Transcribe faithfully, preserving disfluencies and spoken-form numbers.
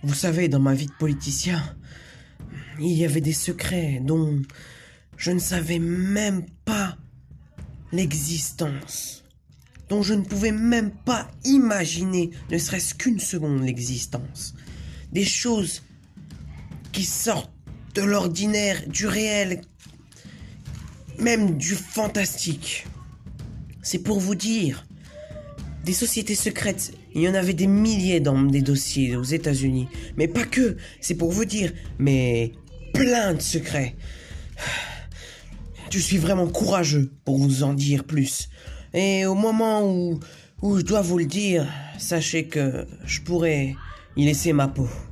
Vous savez, dans ma vie de politicien, il y avait des secrets dont je ne savais même pas l'existence, dont je ne pouvais même pas imaginer, ne serait-ce qu'une seconde, l'existence. Des choses qui sortent de l'ordinaire, du réel, même du fantastique. C'est pour vous dire, des sociétés secrètes, il y en avait des milliers dans des dossiers aux États-Unis. Mais pas que, c'est pour vous dire, mais plein de secrets. Je suis vraiment courageux pour vous en dire plus. Et au moment où, où je dois vous le dire, sachez que je pourrais y laisser ma peau.